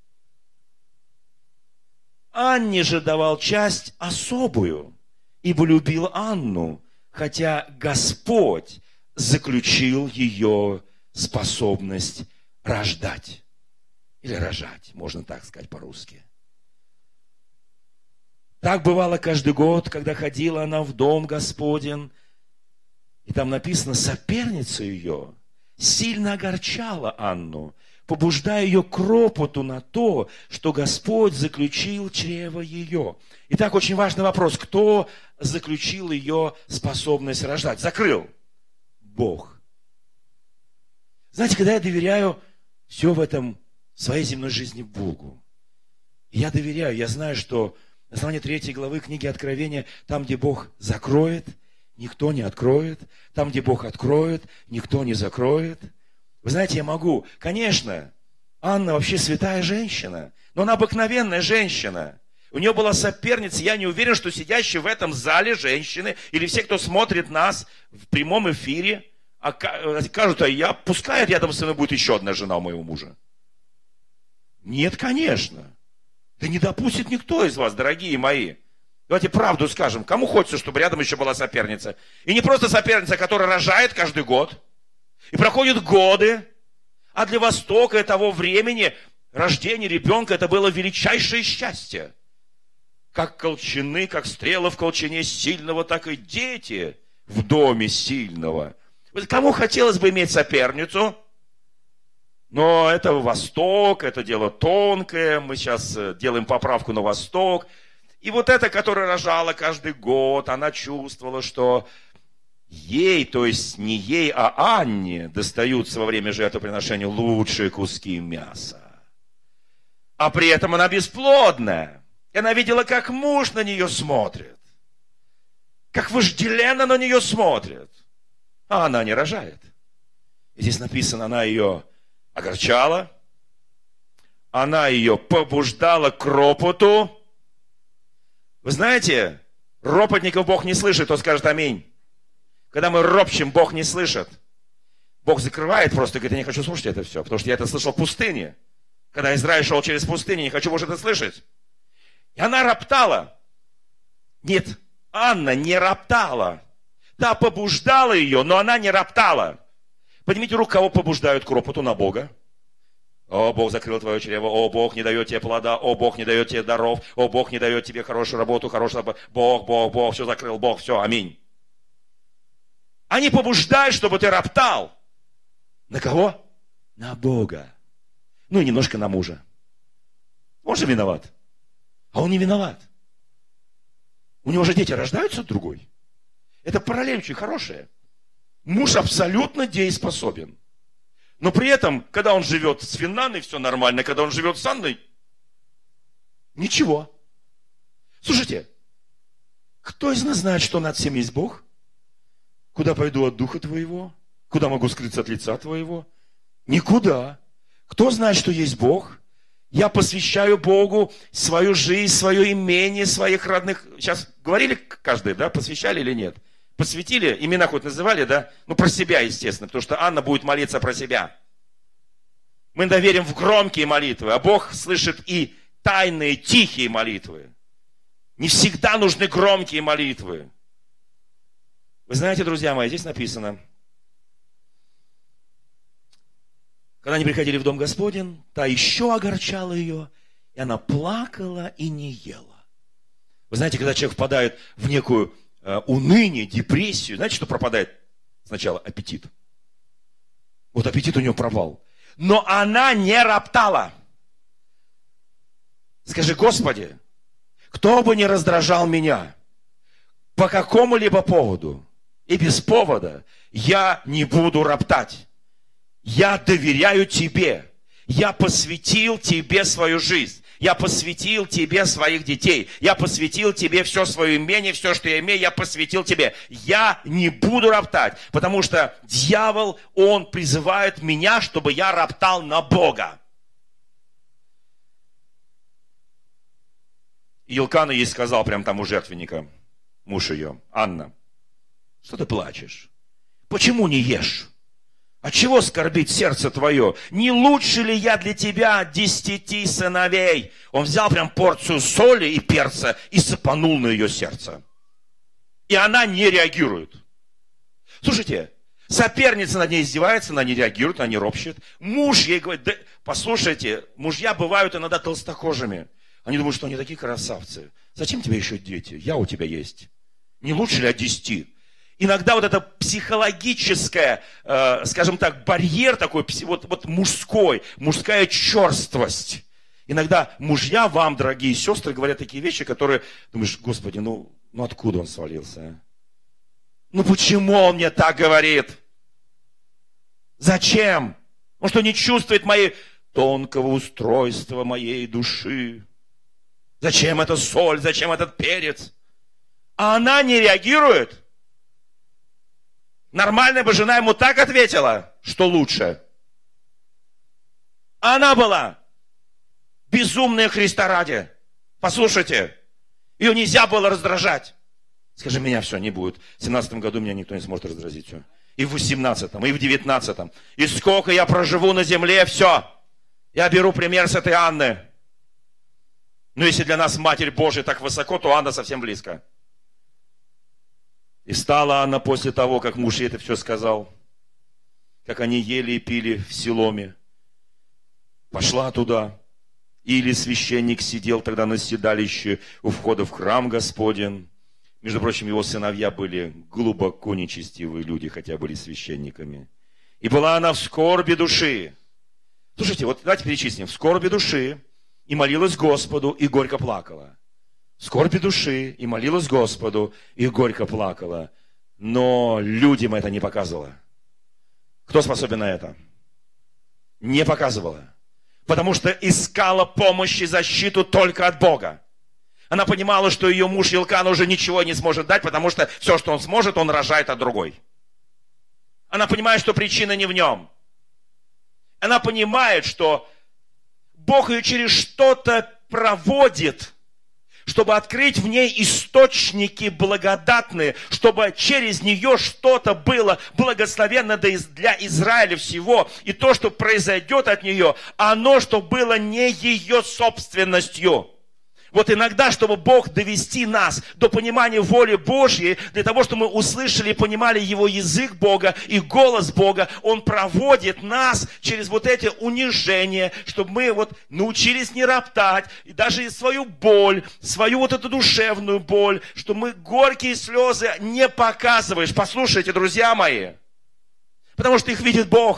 Анне же давал часть особую, ибо любил Анну, хотя Господь заключил ее способность рождать. Или рожать, можно так сказать по-русски. Так бывало каждый год, когда ходила она в дом Господень. И там написано, соперница ее сильно огорчала Анну, побуждая ее к ропоту на то, что Господь заключил чрево ее. Итак, очень важный вопрос. Кто заключил ее способность рождать? Закрыл. Бог. Знаете, когда я доверяю все в этом, в своей земной жизни Богу, я доверяю, я знаю, что на основании третьей главы книги Откровения, там, где Бог закроет, никто не откроет. Там, где Бог откроет, никто не закроет. Вы знаете, я могу. Конечно, Анна вообще святая женщина, но она обыкновенная женщина. У нее была соперница, я не уверен, что сидящие в этом зале женщины, или все, кто смотрит нас в прямом эфире, скажут, а я, пускай рядом со мной будет еще одна жена у моего мужа. Нет, конечно. Да не допустит никто из вас, дорогие мои. Давайте правду скажем. Кому хочется, чтобы рядом еще была соперница? И не просто соперница, которая рожает каждый год. И проходят годы. А для Востока того времени рождение ребенка это было величайшее счастье. Как колчаны, как стрелы в колчане сильного, так и дети в доме сильного. Кому хотелось бы иметь соперницу? Но это Восток, это дело тонкое. Мы сейчас делаем поправку на Восток. И вот эта, которая рожала каждый год, она чувствовала, что ей, то есть не ей, а Анне достаются во время жертвоприношения лучшие куски мяса. А при этом она бесплодная. И она видела, как муж на нее смотрит. Как вожделенно на нее смотрит. А она не рожает. И здесь написано, она ее огорчала. Она ее побуждала к ропоту. Вы знаете, ропотников Бог не слышит, кто скажет аминь. Когда мы ропчем, Бог не слышит. Бог закрывает просто, говорит, я не хочу слушать это все, потому что я это слышал в пустыне. Когда Израиль шел через пустыню, не хочу больше это слышать. И она роптала. Нет, Анна не роптала. Та побуждала ее, но она не роптала. Поднимите руку, кого побуждают к ропоту на Бога. О, Бог закрыл твое чрево, о, Бог не дает тебе плода, о, Бог не дает тебе даров, о, Бог не дает тебе хорошую работу, хорошую работу. Бог, Бог, Бог, все закрыл, Бог, все, аминь. Они побуждают, чтобы ты роптал. На кого? На Бога. Ну и немножко на мужа. Он же виноват. А он не виноват. У него же дети рождаются от другой. Это параллель очень хорошая. Муж абсолютно дееспособен. Но при этом, когда он живет с Финнаной, все нормально. Когда он живет с Анной, ничего. Слушайте, кто из нас знает, что над всем есть Бог? Куда пойду от Духа Твоего? Куда могу скрыться от лица Твоего? Никуда. Кто знает, что есть Бог? Я посвящаю Богу свою жизнь, свое имение, своих родных. Сейчас говорили каждый, да, посвящали или нет? Посвятили, имена хоть называли, да? Ну, про себя, естественно, потому что Анна будет молиться про себя. Мы доверим в громкие молитвы, а Бог слышит и тайные, тихие молитвы. Не всегда нужны громкие молитвы. Вы знаете, друзья мои, здесь написано, когда они приходили в дом Господень, та еще огорчала ее, и она плакала и не ела. Вы знаете, когда человек впадает в некую э, уныние, депрессию, знаете, что пропадает? Сначала аппетит. Вот аппетит у нее пропал. Но она не роптала. Скажи, Господи, кто бы ни раздражал меня по какому-либо поводу и без повода, я не буду роптать. Я доверяю Тебе. Я посвятил Тебе свою жизнь. Я посвятил Тебе своих детей. Я посвятил Тебе все свое имение, все, что я имею, я посвятил Тебе. Я не буду роптать, потому что дьявол, он призывает меня, чтобы я роптал на Бога. И Илкана ей сказал, прям там у жертвенника, муж ее, Анна, что ты плачешь? Почему не ешь? Отчего скорбит сердце твое? Не лучше ли я для тебя десяти сыновей? Он взял прям порцию соли и перца и сыпанул на ее сердце. И она не реагирует. Слушайте, соперница над ней издевается, она не реагирует, она не ропщет. Муж ей говорит, да, послушайте, мужья бывают иногда толстокожими. Они думают, что они такие красавцы. Зачем тебе еще дети? Я у тебя есть. Не лучше ли от десяти? Иногда вот это психологическое, э, скажем так, барьер такой, вот, вот мужской, мужская черствость. Иногда мужья вам, дорогие сестры, говорят такие вещи, которые, думаешь, Господи, ну, ну откуда он свалился? А? Ну почему он мне так говорит? Зачем? Он что, не чувствует моей тонкого устройства моей души? Зачем эта соль? Зачем этот перец? А она не реагирует. Нормальная бы жена ему так ответила, что лучше. Она была безумная Христа ради. Послушайте, ее нельзя было раздражать. Скажи, меня все не будет. В семнадцатом году меня никто не сможет раздразить. Все. И в восемнадцатом, и в девятнадцатом. И сколько я проживу на земле, все. Я беру пример с этой Анны. Но если для нас Матерь Божия так высоко, то Анна совсем близко. И стала Анна после того, как муж ей это все сказал, как они ели и пили в Силоме, пошла туда. Или священник сидел тогда на седалище у входа в храм Господень. Между прочим, его сыновья были глубоко нечестивые люди, хотя были священниками. И была она в скорби души. Слушайте, вот давайте перечислим. В скорби души и молилась Господу, и горько плакала. В скорби души и молилась Господу, и горько плакала. Но людям это не показывала. Кто способен на это? Не показывала. Потому что искала помощь и защиту только от Бога. Она понимала, что ее муж Елкан уже ничего не сможет дать, потому что все, что он сможет, он рожает от другой. Она понимает, что причина не в нем. Она понимает, что Бог ее через что-то проводит, чтобы открыть в ней источники благодатные, чтобы через нее что-то было благословенно для Израиля всего. И то, что произойдет от нее, оно, что было не ее собственностью. Вот иногда, чтобы Бог довести нас до понимания воли Божьей, для того, чтобы мы услышали и понимали Его язык Бога и голос Бога, Он проводит нас через вот эти унижения, чтобы мы вот научились не роптать, и даже свою боль, свою вот эту душевную боль, что мы горькие слезы не показываешь. Послушайте, друзья мои, потому что их видит Бог.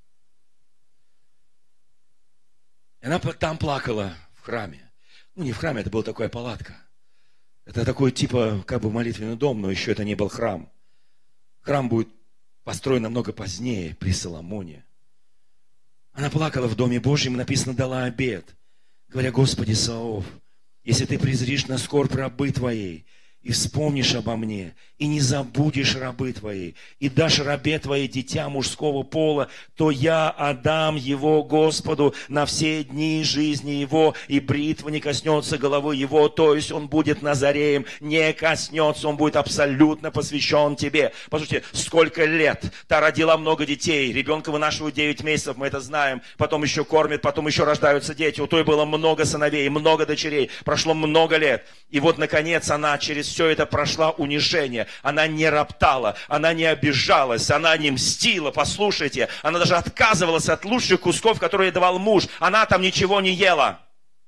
И она там плакала в храме. Ну, не в храме, это была такая палатка. Это такой типа, как бы молитвенный дом, но еще это не был храм. Храм будет построен намного позднее, при Соломоне. Она плакала в Доме Божьем, написано, дала обет, говоря: Господи Саваоф, если ты презришь на скорбь рабы твоей, и вспомнишь обо мне, и не забудешь рабы твоей, и дашь рабе твоей дитя мужского пола, то я отдам его Господу на все дни жизни его, и бритва не коснется головы его, то есть он будет Назареем, не коснется, он будет абсолютно посвящен тебе. Послушайте, сколько лет, та родила много детей, ребенка вынашивают девять месяцев, мы это знаем, потом еще кормят, потом еще рождаются дети, у той было много сыновей, много дочерей, прошло много лет, и вот наконец она через все это прошла унижение. Она не роптала, она не обижалась, она не мстила. Послушайте, она даже отказывалась от лучших кусков, которые ей давал муж. Она там ничего не ела.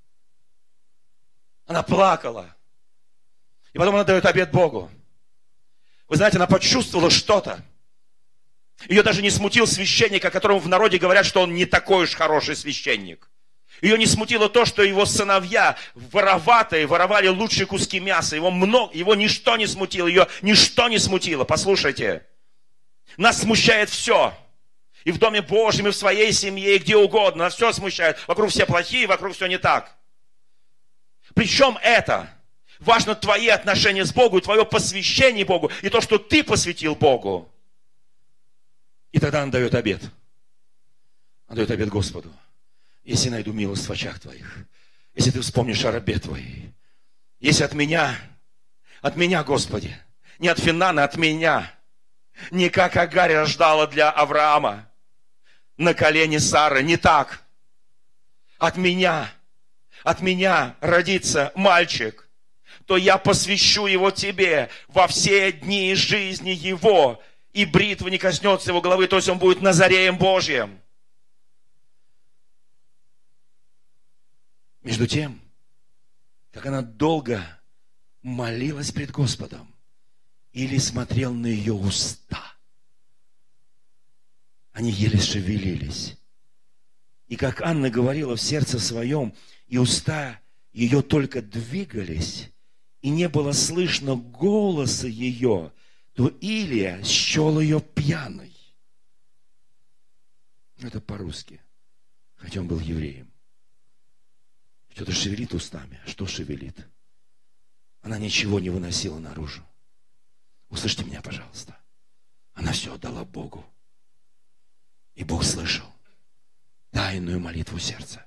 Она плакала. И потом она дает обет Богу. Вы знаете, она почувствовала что-то. Ее даже не смутил священник, о котором в народе говорят, что он не такой уж хороший священник. Ее не смутило то, что его сыновья вороватые воровали лучшие куски мяса. Его, много, его ничто не смутило, ее ничто не смутило. Послушайте, нас смущает все. И в Доме Божьем, и в своей семье, и где угодно. Нас все смущает. Вокруг все плохие, вокруг все не так. Причем это? Важно твои отношения с Богом, твое посвящение Богу, и то, что ты посвятил Богу. И тогда он дает обет. Он дает обет Господу. Если найду милость в очах твоих, если ты вспомнишь о рабе твоей, если от меня, от меня, Господи, не от Финана, от меня, не как Агарь рождала для Авраама на колене Сары, не так. От меня, от меня родится мальчик, то я посвящу его тебе во все дни жизни его, и бритва не коснется его головы, то есть он будет Назареем Божьим. Между тем, как она долго молилась пред Господом, или смотрел на ее уста, они еле шевелились. И как Анна говорила в сердце своем, и уста ее только двигались, и не было слышно голоса ее, то Илия счел ее пьяной. Это по-русски, хотя он был евреем. Что-то шевелит устами. Что шевелит? Она ничего не выносила наружу. Услышьте меня, пожалуйста. Она все отдала Богу. И Бог слышал тайную молитву сердца.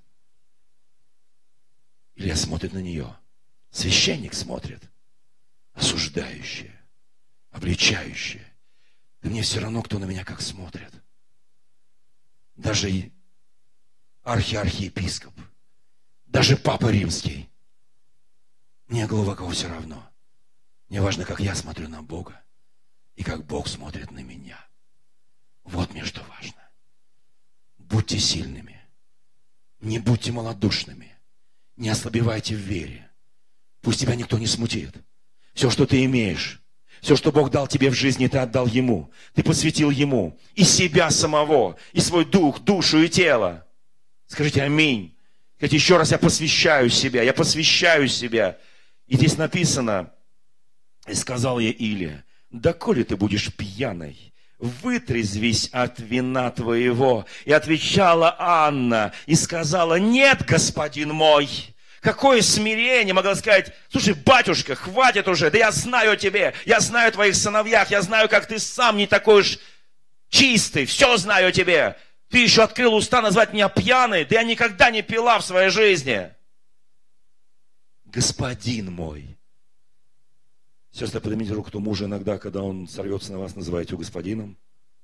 Илья смотрит на нее. Священник смотрит. Осуждающее. Обличающее. Да мне все равно, кто на меня как смотрит. Даже и архиархиепископ. Даже Папа Римский. Мне глубоко все равно. Мне важно, как я смотрю на Бога. И как Бог смотрит на меня. Вот мне что важно. Будьте сильными. Не будьте малодушными, не ослабевайте в вере. Пусть тебя никто не смутит. Все, что ты имеешь, все, что Бог дал тебе в жизни, ты отдал Ему. Ты посвятил Ему и себя самого, и свой дух, душу и тело. Скажите аминь. Скажите еще раз, я посвящаю себя, я посвящаю себя. И здесь написано, и сказал ей Илия: доколе ты будешь пьяной, вытрезвись от вина твоего. И отвечала Анна и сказала: нет, господин мой. Какое смирение, могла сказать: слушай, батюшка, хватит уже, да я знаю о тебе, я знаю о твоих сыновьях, я знаю, как ты сам не такой уж чистый, все знаю о тебе. Ты еще открыл уста назвать меня пьяной, да я никогда не пила в своей жизни. Господин мой. Сестра, поднимите руку, кто мужа иногда, когда он сорвется на вас, называете его господином.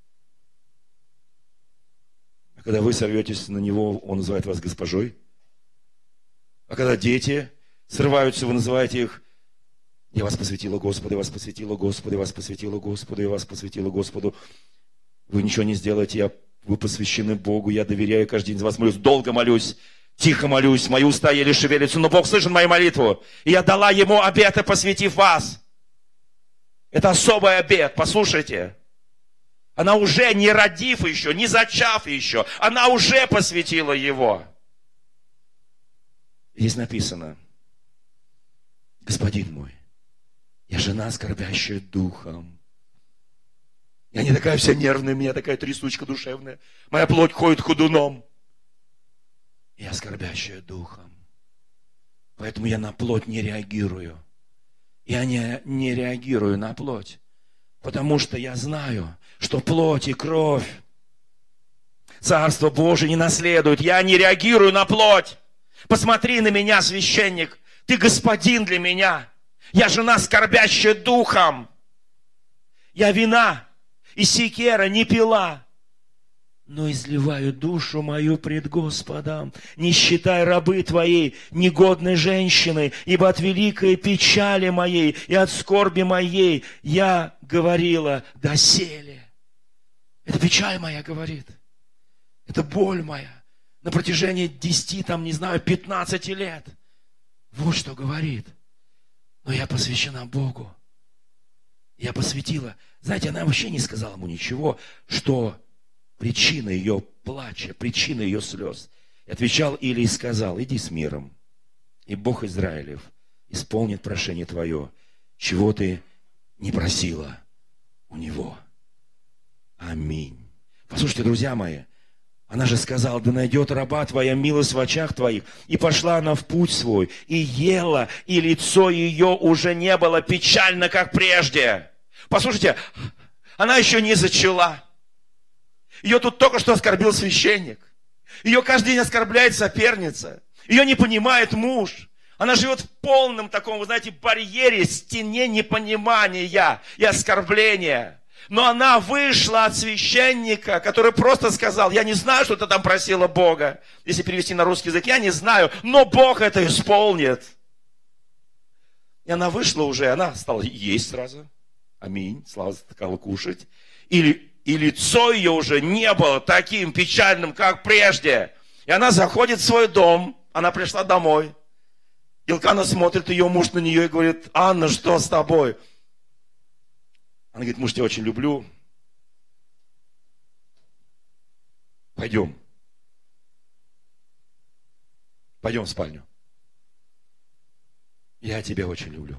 А когда вы сорветесь на него, он называет вас госпожой. А когда дети срываются, вы называете их: я вас посвятила Господу, я вас посвятила Господу, я вас посвятила Господу, я вас посвятила Господу. Вы ничего не сделаете, я, вы посвящены Богу, я доверяю каждый день за вас молюсь, долго молюсь, тихо молюсь, мои уста еле шевелятся, но Бог слышит мою молитву. И я дала Ему обет, посвятив вас. Это особый обет, послушайте. Она уже не родив еще, не зачав еще, она уже посвятила Его. Здесь написано: господин мой, я жена, скорбящая духом. Я не такая вся нервная, у меня такая трясучка душевная. Моя плоть ходит ходуном. Я скорбящая духом. Поэтому я на плоть не реагирую. Я не, не реагирую на плоть. Потому что я знаю, что плоть и кровь Царство Божие не наследуют. Я не реагирую на плоть. Посмотри на меня, священник. Ты господин для меня. Я жена, скорбящая духом. Я вина и сикера не пила, но изливаю душу мою пред Господом. Не считай рабы твоей негодной женщины, ибо от великой печали моей и от скорби моей я говорила доселе. Это печаль моя, говорит. Это боль моя. На протяжении десяти, там, не знаю, пятнадцати лет. Вот что говорит. Но я посвящена Богу. Я посвятила. Знаете, она вообще не сказала ему ничего, что причина ее плача, причина ее слез. И отвечал Илий и сказал: иди с миром, и Бог Израилев исполнит прошение твое, чего ты не просила у него. Аминь. Послушайте, друзья мои, она же сказала: да найдет раба твоя милость в очах твоих. И пошла она в путь свой, и ела, и лицо ее уже не было печально, как прежде. Послушайте, она еще не зачала. Ее тут только что оскорбил священник. Ее каждый день оскорбляет соперница. Ее не понимает муж. Она живет в полном таком, вы знаете, барьере, стене непонимания и оскорбления. Но она вышла от священника, который просто сказал: я не знаю, что ты там просила Бога. Если перевести на русский язык, я не знаю, но Бог это исполнит. И она вышла уже, она стала есть сразу. Аминь. Слава, стала кушать. И, и лицо ее уже не было таким печальным, как прежде. И она заходит в свой дом, она пришла домой. Илкана смотрит, ее муж на нее и говорит: Анна, что с тобой? Она говорит: муж, я очень люблю. Пойдем. Пойдем в спальню. Я тебя очень люблю.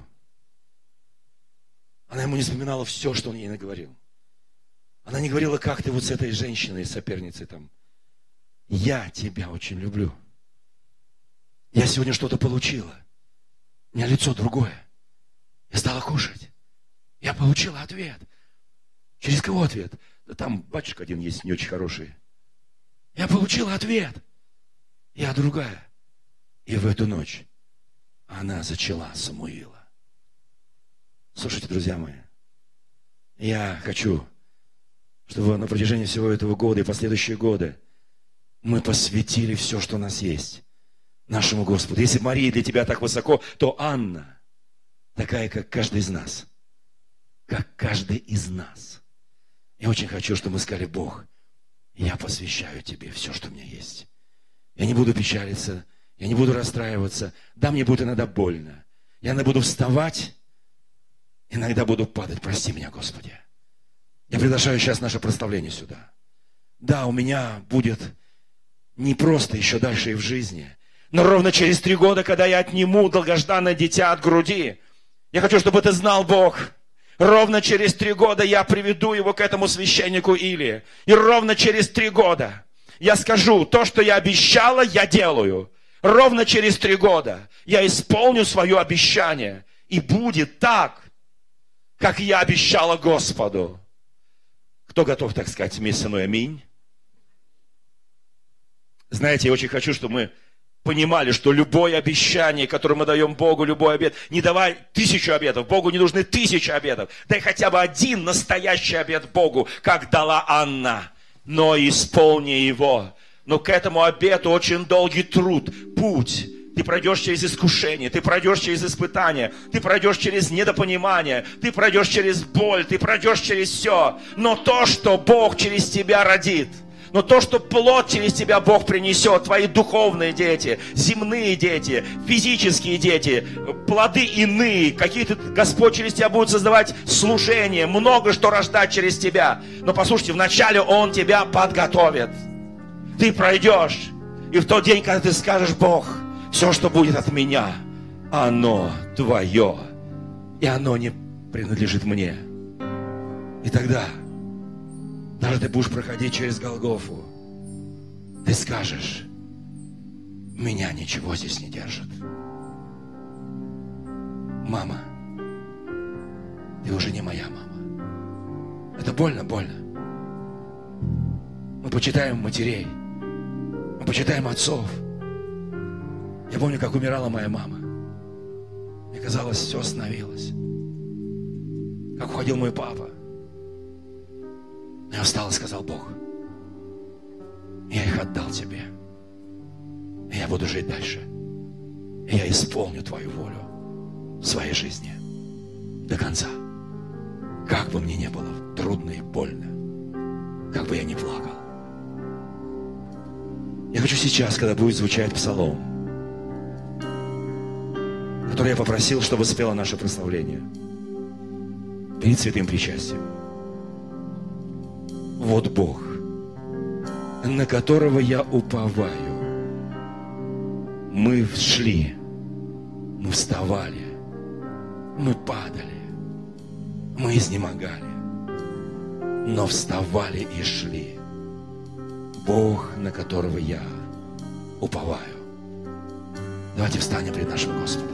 Она ему не вспоминала все, что он ей наговорил. Она не говорила: как ты вот с этой женщиной, соперницей там. Я тебя очень люблю. Я сегодня что-то получила. У меня лицо другое. Я стала кушать. Я получила ответ. Через кого ответ? Да там батюшка один есть, не очень хороший. Я получила ответ. Я другая. И в эту ночь она зачала Самуила. Слушайте, друзья мои, я хочу, чтобы на протяжении всего этого года и последующие годы мы посвятили все, что у нас есть, нашему Господу. Если Мария для тебя так высоко, то Анна такая, как каждый из нас. Как каждый из нас. Я очень хочу, чтобы мы сказали: Бог, я посвящаю тебе все, что у меня есть. Я не буду печалиться, я не буду расстраиваться. Да, мне будет иногда больно. Я иногда буду вставать, иногда буду падать. Прости меня, Господи. Я приглашаю сейчас наше прославление сюда. Да, у меня будет не просто еще дальше и в жизни, но ровно через три года, когда я отниму долгожданное дитя от груди, я хочу, чтобы ты знал, Бог, ровно через три года я приведу его к этому священнику Илии. И ровно через три года я скажу, то, что я обещала, я делаю. Ровно через три года я исполню свое обещание. И будет так, как я обещала Господу. Кто готов, так сказать, вместе со мной аминь? Знаете, я очень хочу, чтобы мы понимали, что любое обещание, которое мы даем Богу, любой обет, не давай тысячу обетов, Богу не нужны тысячи обетов, дай хотя бы один настоящий обет Богу, как дала Анна, но исполни его. Но к этому обету очень долгий труд, путь. Ты пройдешь через искушение, ты пройдешь через испытания, ты пройдешь через недопонимание, ты пройдешь через боль, ты пройдешь через все. Но то, что Бог через тебя родит, но то, что плод через тебя Бог принесет, твои духовные дети, земные дети, физические дети, плоды иные, какие-то Господь через тебя будет создавать служение, много что рождать через тебя. Но послушайте, вначале Он тебя подготовит. Ты пройдешь, и в тот день, когда ты скажешь: Бог, все, что будет от меня, оно твое, и оно не принадлежит мне. И тогда, даже ты будешь проходить через Голгофу, ты скажешь: меня ничего здесь не держит. Мама, ты уже не моя мама. Это больно, больно. Мы почитаем матерей, мы почитаем отцов. Я помню, как умирала моя мама. Мне казалось, все остановилось. Как уходил мой папа. Я встал и сказал: Бог, я их отдал тебе. И я буду жить дальше. И я исполню твою волю в своей жизни до конца. Как бы мне ни было трудно и больно, как бы я ни плакал. Я хочу сейчас, когда будет звучать псалом, который я попросил, чтобы спело наше прославление перед святым причастием. Вот Бог, на которого я уповаю. Мы шли, мы вставали, мы падали, мы изнемогали, но вставали и шли. Бог, на которого я уповаю. Давайте встанем перед нашим Господом.